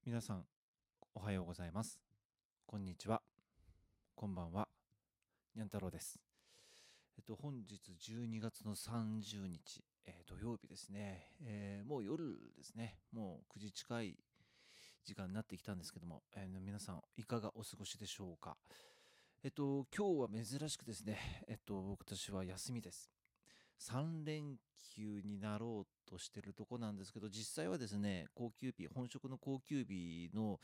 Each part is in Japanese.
皆さん、おはようございます。こんにちは。こんばんは。にゃん太郎です。本日12月の30日、土曜日ですね。もう夜ですね。もう9時近い時間になってきたんですけども、皆さん、いかがお過ごしでしょうか。今日は珍しくですね、私は休みです。3連休になろうとしてるとこなんですけど、実際はですね、高級日、本職の高級日の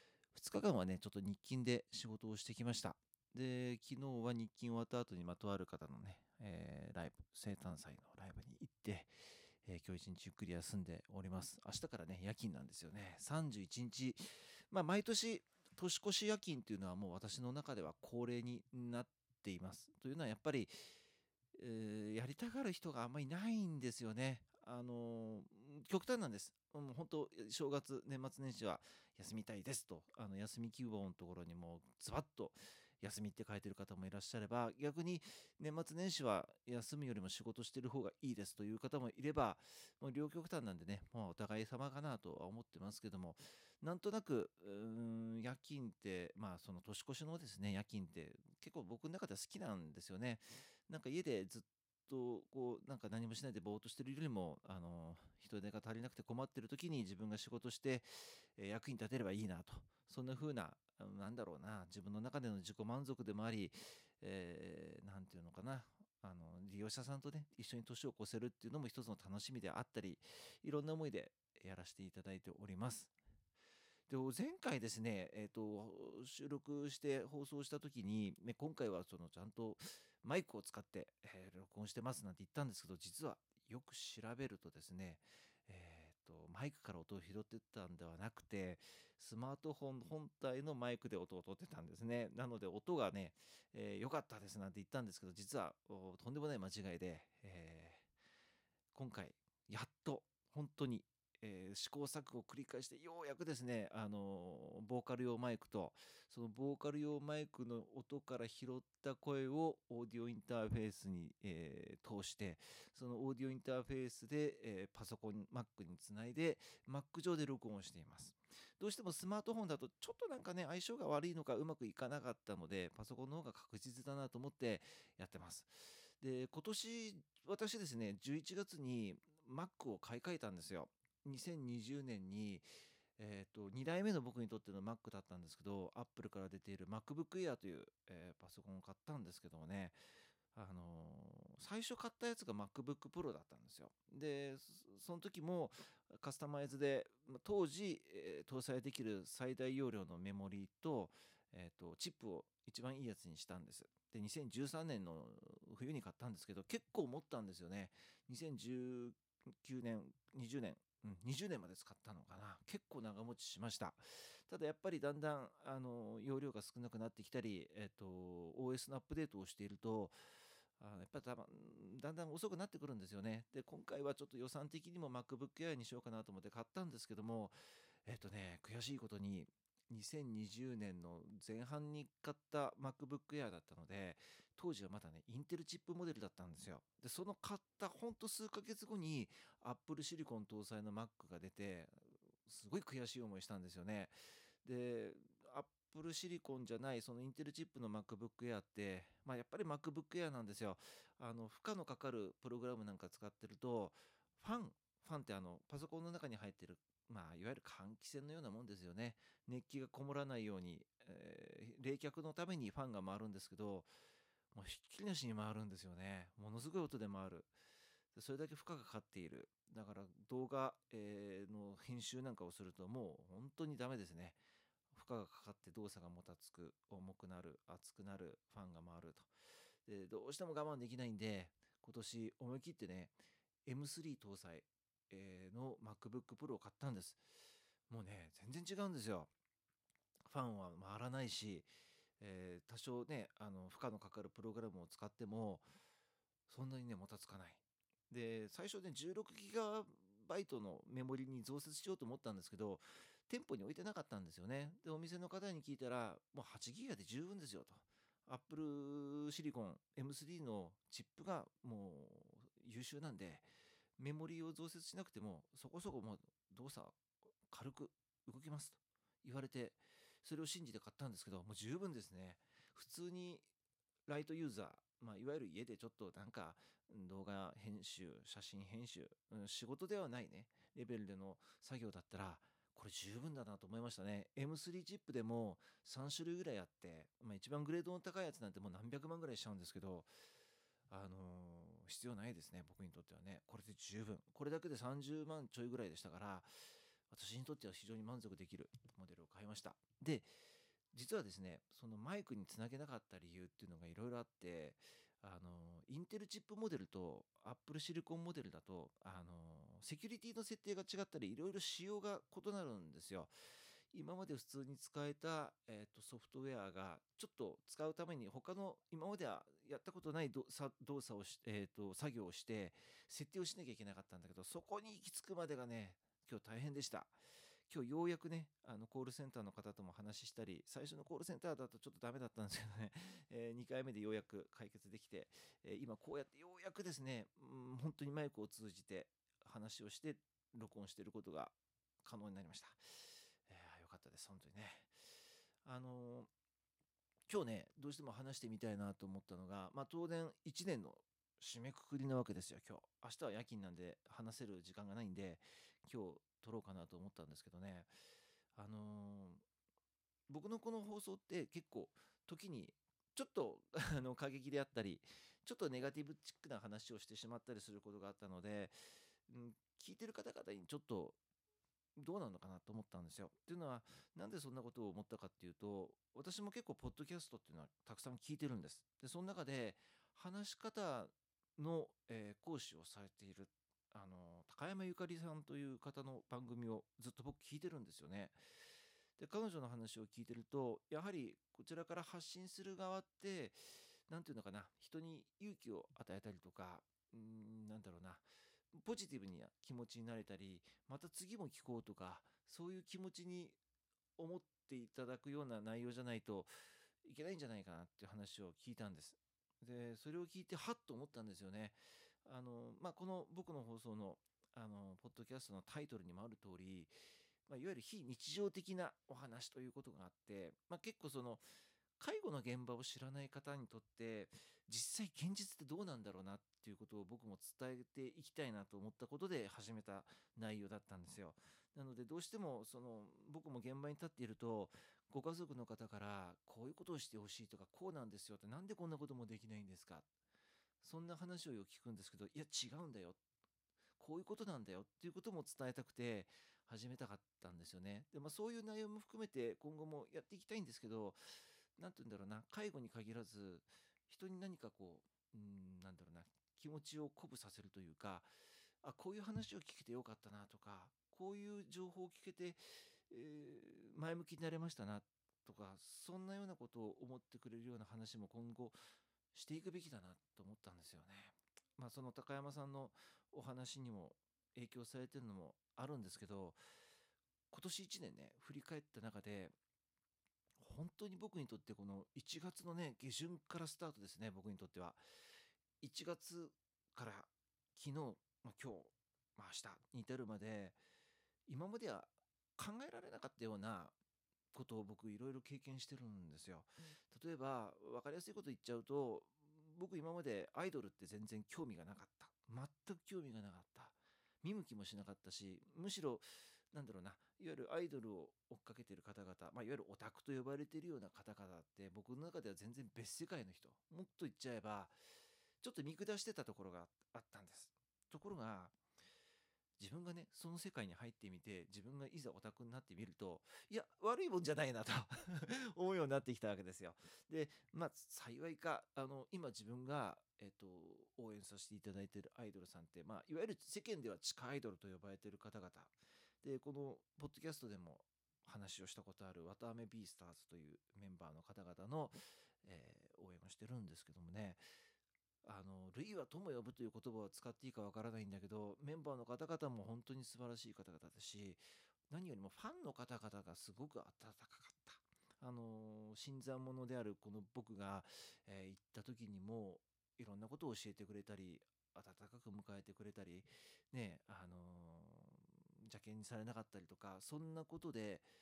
2日間はね、ちょっと日勤で仕事をしてきました。で、昨日は日勤終わった後に、とある方のね、ライブ、生誕祭のライブに行って、今日一日ゆっくり休んでおります。明日からね、夜勤なんですよね。31日、毎年、年越し夜勤っていうのはもう私の中では恒例になっています。というのはやっぱり、やりたがる人があんまりいないんですよね。極端なんです。本当正月、年末年始は休みたいですと、休み希望のところにもズバッと休みって書いてる方もいらっしゃれば、逆に年末年始は休むよりも仕事してる方がいいですという方もいれば、もう両極端なんでね、もうお互い様かなとは思ってますけども、なんとなく、夜勤って、その年越しのですね、夜勤って結構僕の中では好きなんですよね。なんか家でずっとこうなんか何もしないでぼーっとしてるよりも人手が足りなくて困ってる時に自分が仕事して、役に立てればいいなと、そんな風ななんだろうな、自分の中での自己満足でもあり、なんていうのかな、利用者さんとね一緒に年を越せるっていうのも一つの楽しみであったり、いろんな思いでやらせていただいております。で、前回ですね、収録して放送した時に、今回はそのちゃんとマイクを使って、録音してますなんて言ったんですけど、実はよく調べるとですね、マイクから音を拾ってたんではなくて、スマートフォン本体のマイクで音を取ってたんですね。なので音がね、良かったですなんて言ったんですけど、実はとんでもない間違いで、今回やっと本当に、試行錯誤を繰り返してようやくですね、ボーカル用マイクとそのボーカル用マイクの音から拾った声をオーディオインターフェースに、通して、そのオーディオインターフェースで、パソコン Mac につないで Mac 上で録音しています。どうしてもスマートフォンだとちょっとなんかね相性が悪いのかうまくいかなかったので、パソコンの方が確実だなと思ってやってます。で、今年私ですね、11月に Mac を買い替えたんですよ。2020年に、2代目の僕にとっての Mac だったんですけど、Apple から出ている MacBook Air という、パソコンを買ったんですけどもね、最初買ったやつが MacBook Pro だったんですよ。で、その時もカスタマイズで、当時、搭載できる最大容量のメモリーと、チップを一番いいやつにしたんです。で、2013年の冬に買ったんですけど、結構持ったんですよね。2019年、20年、20年まで使ったのかな。結構長持ちしました。ただやっぱりだんだん容量が少なくなってきたり、OS のアップデートをしていると、やっぱりだんだん遅くなってくるんですよね。で、今回はちょっと予算的にも MacBook Air にしようかなと思って買ったんですけども、悔しいことに、2020年の前半に買った MacBook Air だったので、当時はまだね、インテルチップモデルだったんですよ。で、その買ったほんと数ヶ月後に Apple シリコン搭載の Mac が出て、すごい悔しい思いしたんですよね。で、Apple シリコンじゃないそのインテルチップの MacBook Air って、やっぱり MacBook Air なんですよ。負荷のかかるプログラムなんか使ってると、ファン、ファンってパソコンの中に入ってる、いわゆる換気扇のようなもんですよね。熱気がこもらないように、冷却のためにファンが回るんですけど、もうひっきりなしに回るんですよね。ものすごい音で回る。それだけ負荷がかかっている。だから動画、の編集なんかをするともう本当にダメですね。負荷がかかって動作がもたつく、重くなる、熱くなる、ファンが回ると。で、どうしても我慢できないんで、今年思い切ってね、M3 搭載、の MacBook Pro を買ったんです。もうね、全然違うんですよ。ファンは回らないし、多少ね、負荷のかかるプログラムを使っても、そんなにね、もたつかない。で、最初ね、16ギガバイトのメモリに増設しようと思ったんですけど、店舗に置いてなかったんですよね。で、お店の方に聞いたら、もう8ギガで十分ですよと。Apple シリコン M3 のチップがもう優秀なんで、メモリを増設しなくても、そこそこもう動作軽く動きますと。 言われて、それを信じて買ったんですけど、もう十分ですね。普通にライトユーザー、いわゆる家でちょっとなんか動画編集、写真編集、仕事ではないね、レベルでの作業だったら、これ十分だなと思いましたね。M3 チップでも3種類ぐらいあって、一番グレードの高いやつなんてもう何百万ぐらいしちゃうんですけど、必要ないですね、僕にとってはね。これで十分。これだけで30万ちょいぐらいでしたから、私にとっては非常に満足できるモデルを買いました。で、実はですね、そのマイクにつなげなかった理由っていうのがいろいろあって、インテルチップモデルとアップルシリコンモデルだと、セキュリティの設定が違ったり、いろいろ仕様が異なるんですよ。今まで普通に使えた、ソフトウェアがちょっと使うために他の今まではやったことない動作を作業をして設定をしなきゃいけなかったんだけど、そこに行き着くまでがね、今日大変でした。今日ようやくね、コールセンターの方とも話したり、最初のコールセンターだとちょっとダメだったんですけどね、2回目でようやく解決できて、今こうやってようやくですね、本当にマイクを通じて話をして録音していることが可能になりました。よかったです、本当にね。あのー今日ね、どうしても話してみたいなと思ったのが、当然1年の締めくくりなわけですよ、今日。明日は夜勤なんで話せる時間がないんで、今日撮ろうかなと思ったんですけどね。あのー僕のこの放送って結構時にちょっと過激であったり、ちょっとネガティブチックな話をしてしまったりすることがあったので、聞いてる方々にちょっとどうなのかなと思ったんですよ。っていうのは、なんでそんなことを思ったかっていうと、私も結構、ポッドキャストっていうのはたくさん聞いてるんです。で、その中で、話し方の、講師をされている、高山ゆかりさんという方の番組をずっと僕聞いてるんですよね。で、彼女の話を聞いてると、やはりこちらから発信する側って、なんていうのかな、人に勇気を与えたりとか、なんだろうな、ポジティブな気持ちになれたり、また次も聞こうとか、そういう気持ちに思っていただくような内容じゃないといけないんじゃないかなっていう話を聞いたんです。で、それを聞いてはっと思ったんですよね。この僕の放送のポッドキャストのタイトルにもある通り、いわゆる非日常的なお話ということがあって、結構その介護の現場を知らない方にとって実際現実ってどうなんだろうなっていうことを僕も伝えていきたいなと思ったことで始めた内容だったんですよ。なのでどうしてもその僕も現場に立っていると、ご家族の方からこういうことをしてほしいとか、こうなんですよって、なんでこんなこともできないんですか、そんな話をよく聞くんですけど、いや違うんだよ、こういうことなんだよっていうことも伝えたくて始めたかったんですよね。で、そういう内容も含めて今後もやっていきたいんですけど、なんて言うんだろうな、介護に限らず、人に何かこう、なんだろうな、気持ちを鼓舞させるというか、あ、こういう話を聞けてよかったなとか、こういう情報を聞けて、前向きになれましたなとか、そんなようなことを思ってくれるような話も今後していくべきだなと思ったんですよね。その高山さんのお話にも影響されてるのもあるんですけど、今年1年ね、振り返った中で、本当に僕にとってこの1月のね、下旬からスタートですね、僕にとっては。1月から昨日、今日、明日に至るまで、今までは考えられなかったようなことを僕いろいろ経験してるんですよ。例えば、分かりやすいこと言っちゃうと、僕今までアイドルって全然興味がなかった。全く興味がなかった。見向きもしなかったし、むしろ、なんだろうな、いわゆるアイドルを追っかけてる方々、いわゆるオタクと呼ばれているような方々って、僕の中では全然別世界の人。もっと言っちゃえば、ちょっと見下してたところがあったんです。ところが、自分がね、その世界に入ってみて、自分がいざオタクになってみると、いや、悪いもんじゃないなと思うようになってきたわけですよ。で、幸いか、今自分が、応援させていただいているアイドルさんって、いわゆる世間では地下アイドルと呼ばれている方々。で、このポッドキャストでも話をしたことある、わたあめビースターズというメンバーの方々の、応援をしてるんですけどもね、類は友呼ぶという言葉を使っていいかわからないんだけど、メンバーの方々も本当に素晴らしい方々だし、何よりもファンの方々がすごく温かかった。新参者であるこの僕が、行った時にもいろんなことを教えてくれたり、温かく迎えてくれたり、ね、邪険にされなかったりとか、そんなことで、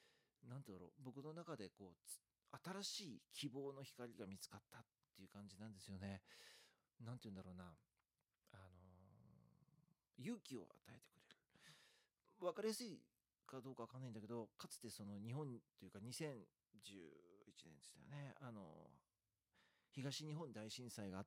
なんてだろう、僕の中で新しい希望の光が見つかったっていう感じなんですよね。なんて言うんだろうな、あの勇気を与えてくれる。分かりやすいかどうかわかんないんだけど、かつてその日本というか2011年でしたよね。東日本大震災があって、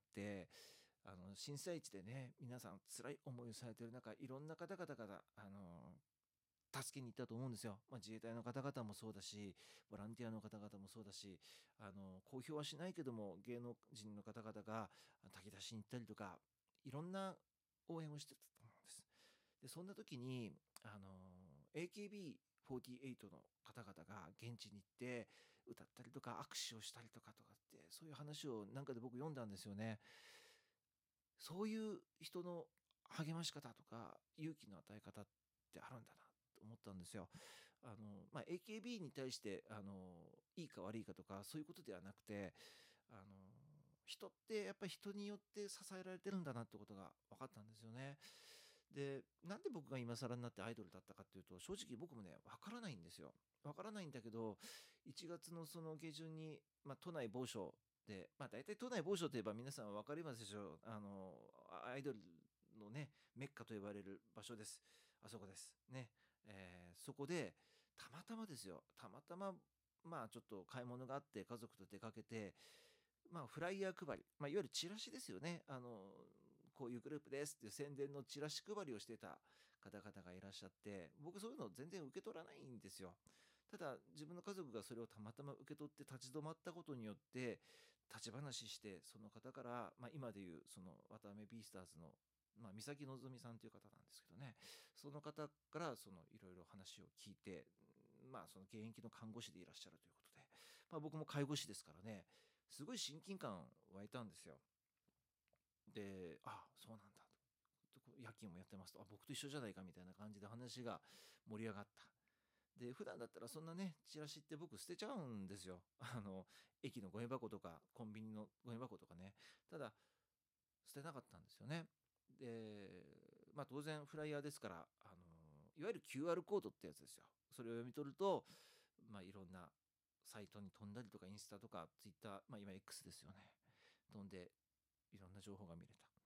震災地でね、皆さん辛い思いをされている中、いろんな方々が、助けに行ったと思うんですよ。自衛隊の方々もそうだし、ボランティアの方々もそうだし、公表はしないけども、芸能人の方々が炊き出しに行ったりとか、いろんな応援をしてたと思うんです。で、そんな時に、AKB48 の方々が現地に行って歌ったりとか握手をしたりとかって、そういう話をなんかで僕読んだんですよね。そういう人の励まし方とか勇気の与え方ってあるんだなと思ったんですよ。AKB に対していいか悪いかとかそういうことではなくて、あの人ってやっぱり人によって支えられてるんだなってことが分かったんですよね。で、なんで僕が今更になってアイドルだったかっていうと、正直僕もね、分からないんですよ。分からないんだけど、1月のその下旬に、都内某所で、大体都内某所といえば皆さん分かりますでしょう。アイドルのね、メッカと呼ばれる場所です。あそこです。ね。そこで、たまたまですよ。たまたま、ちょっと買い物があって家族と出かけて、フライヤー配り、いわゆるチラシですよね。こういうグループですっていう宣伝のチラシ配りをしてた方々がいらっしゃって、僕そういうの全然受け取らないんですよ。ただ、自分の家族がそれをたまたま受け取って立ち止まったことによって、立ち話して、その方から、今でいう、その、渡辺ビースターズの、三崎のぞみさんという方なんですけどね、その方から、いろいろ話を聞いて、その現役の看護師でいらっしゃるということで、僕も介護士ですからね、すごい親近感湧いたんですよ。で、そうなんだと。夜勤もやってますと、僕と一緒じゃないかみたいな感じで話が盛り上がった。で、普段だったらそんなね、チラシって僕捨てちゃうんですよ。駅のゴミ箱とか、コンビニのゴミ箱とかね。ただ、捨てなかったんですよね。で、当然フライヤーですから、いわゆる QR コードってやつですよ。それを読み取ると、いろんなサイトに飛んだりとか、インスタとか、ツイッター、今 X ですよね。飛んで、いろんな情報が見れた。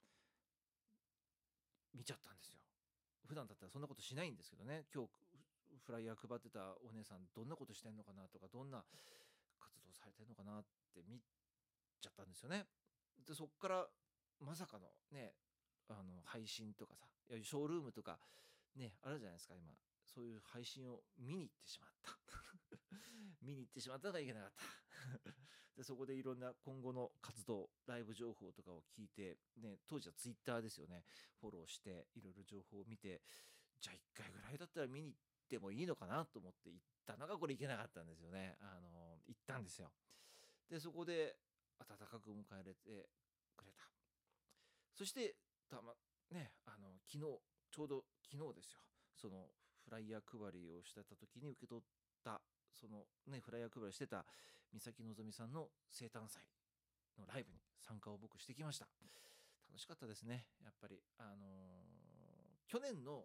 見ちゃったんですよ。普段だったらそんなことしないんですけどね。今日フライヤー配ってたお姉さんどんなことしてんのかなとか、どんな活動されてんのかなって見ちゃったんですよね。で、そっからまさかのね、配信とかさ、いやショールームとかね、あるじゃないですか、今。そういう配信を見に行ってしまった。見に行ってしまったのがいけなかった。で、そこでいろんな今後の活動、ライブ情報とかを聞いて、ね、当時はツイッターですよね、フォローして、いろいろ情報を見て、じゃあ1回ぐらいだったら見に行ってもいいのかなと思って行ったのがこれ行けなかったんですよね。行ったんですよ。で、そこで温かく迎え入れてくれた。そして、ね、昨日、ちょうど昨日ですよ。そのフライヤー配りをしてた時に受け取った、そのね、フライヤー配りしてた三崎のぞみさんの生誕祭のライブに参加を僕してきました。楽しかったですね。やっぱり、去年の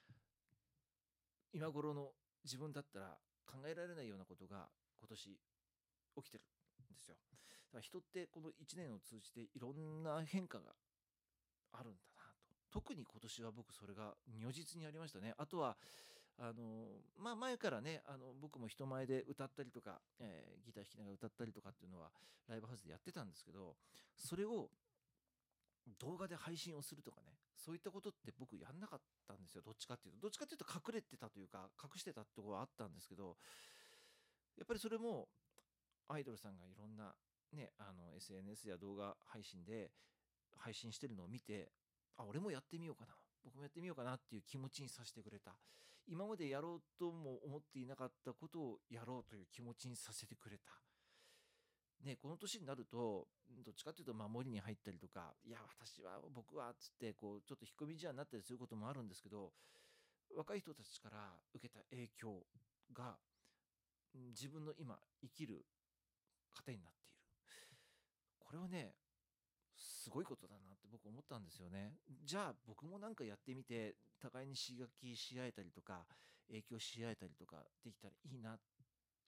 今頃の自分だったら考えられないようなことが今年起きてるんですよ。だから人ってこの1年を通じていろんな変化があるんだなと。特に今年は僕それが如実にありましたね。あとは前からね、僕も人前で歌ったりとか、ギター弾きながら歌ったりとかっていうのはライブハウスでやってたんですけど、それを動画で配信をするとかね、そういったことって僕やんなかったんですよ。どっちかっていうと。どっちかっていうと隠れてたというか、隠してたところはあったんですけど、やっぱりそれもアイドルさんがいろんなね、SNS や動画配信で配信してるのを見て、俺もやってみようかな。僕もやってみようかなっていう気持ちにさせてくれた。今までやろうとも思っていなかったことをやろうという気持ちにさせてくれた。ね、この年になると、どっちかっていうと守りに入ったりとか、いや、僕は、つって、ちょっと引っ込み思案になったりすることもあるんですけど、若い人たちから受けた影響が、自分の今、生きる糧になっている。これはね、すごいことだなって僕思ったんですよね。じゃあ僕もなんかやってみて、互いに刺激し合えたりとか、影響し合えたりとかできたらいいなっ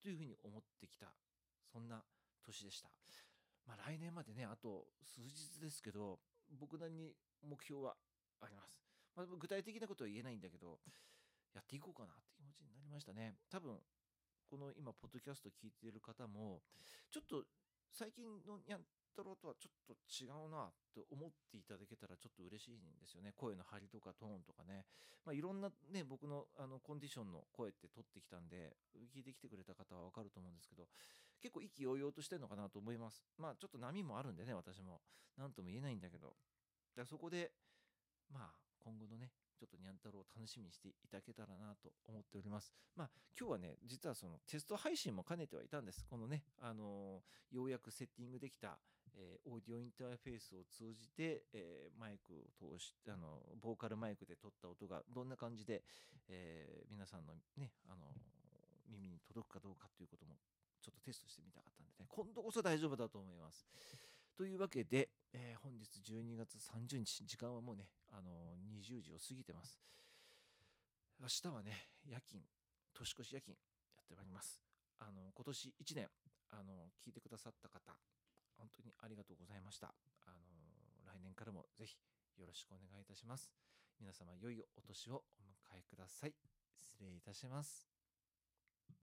というふうに思ってきた、そんな年でした。来年までね、あと数日ですけど、僕なりに目標はあります。具体的なことは言えないんだけど、やっていこうかなって気持ちになりましたね。多分、この今、ポッドキャスト聞いている方も、ちょっと最近のニャン太郎とはちょっと違うなと思っていただけたらちょっと嬉しいんですよね。声の張りとかトーンとかね。いろんなね、僕のコンディションの声って取ってきたんで、聞いてきてくれた方はわかると思うんですけど、結構意気揚々としてるのかなと思います。ちょっと波もあるんでね、私も。なんとも言えないんだけど。だからそこで、今後のね、ちょっとにゃん太郎を楽しみにしていただけたらなと思っております。今日はね、実はそのテスト配信も兼ねてはいたんです。このね、ようやくセッティングできた、オーディオインターフェースを通じて、マイクを通して、ボーカルマイクで撮った音がどんな感じで、皆さんのね、耳に届くかどうかということもちょっとテストしてみたかったんでね、今度こそ大丈夫だと思います。というわけで、本日12月30日、時間はもうね、20時を過ぎてます。明日はね、年越し夜勤やってまいります。今年1年、聞いてくださった方、本当にありがとうございました。来年からもぜひよろしくお願いいたします。皆様、良いお年をお迎えください。失礼いたします。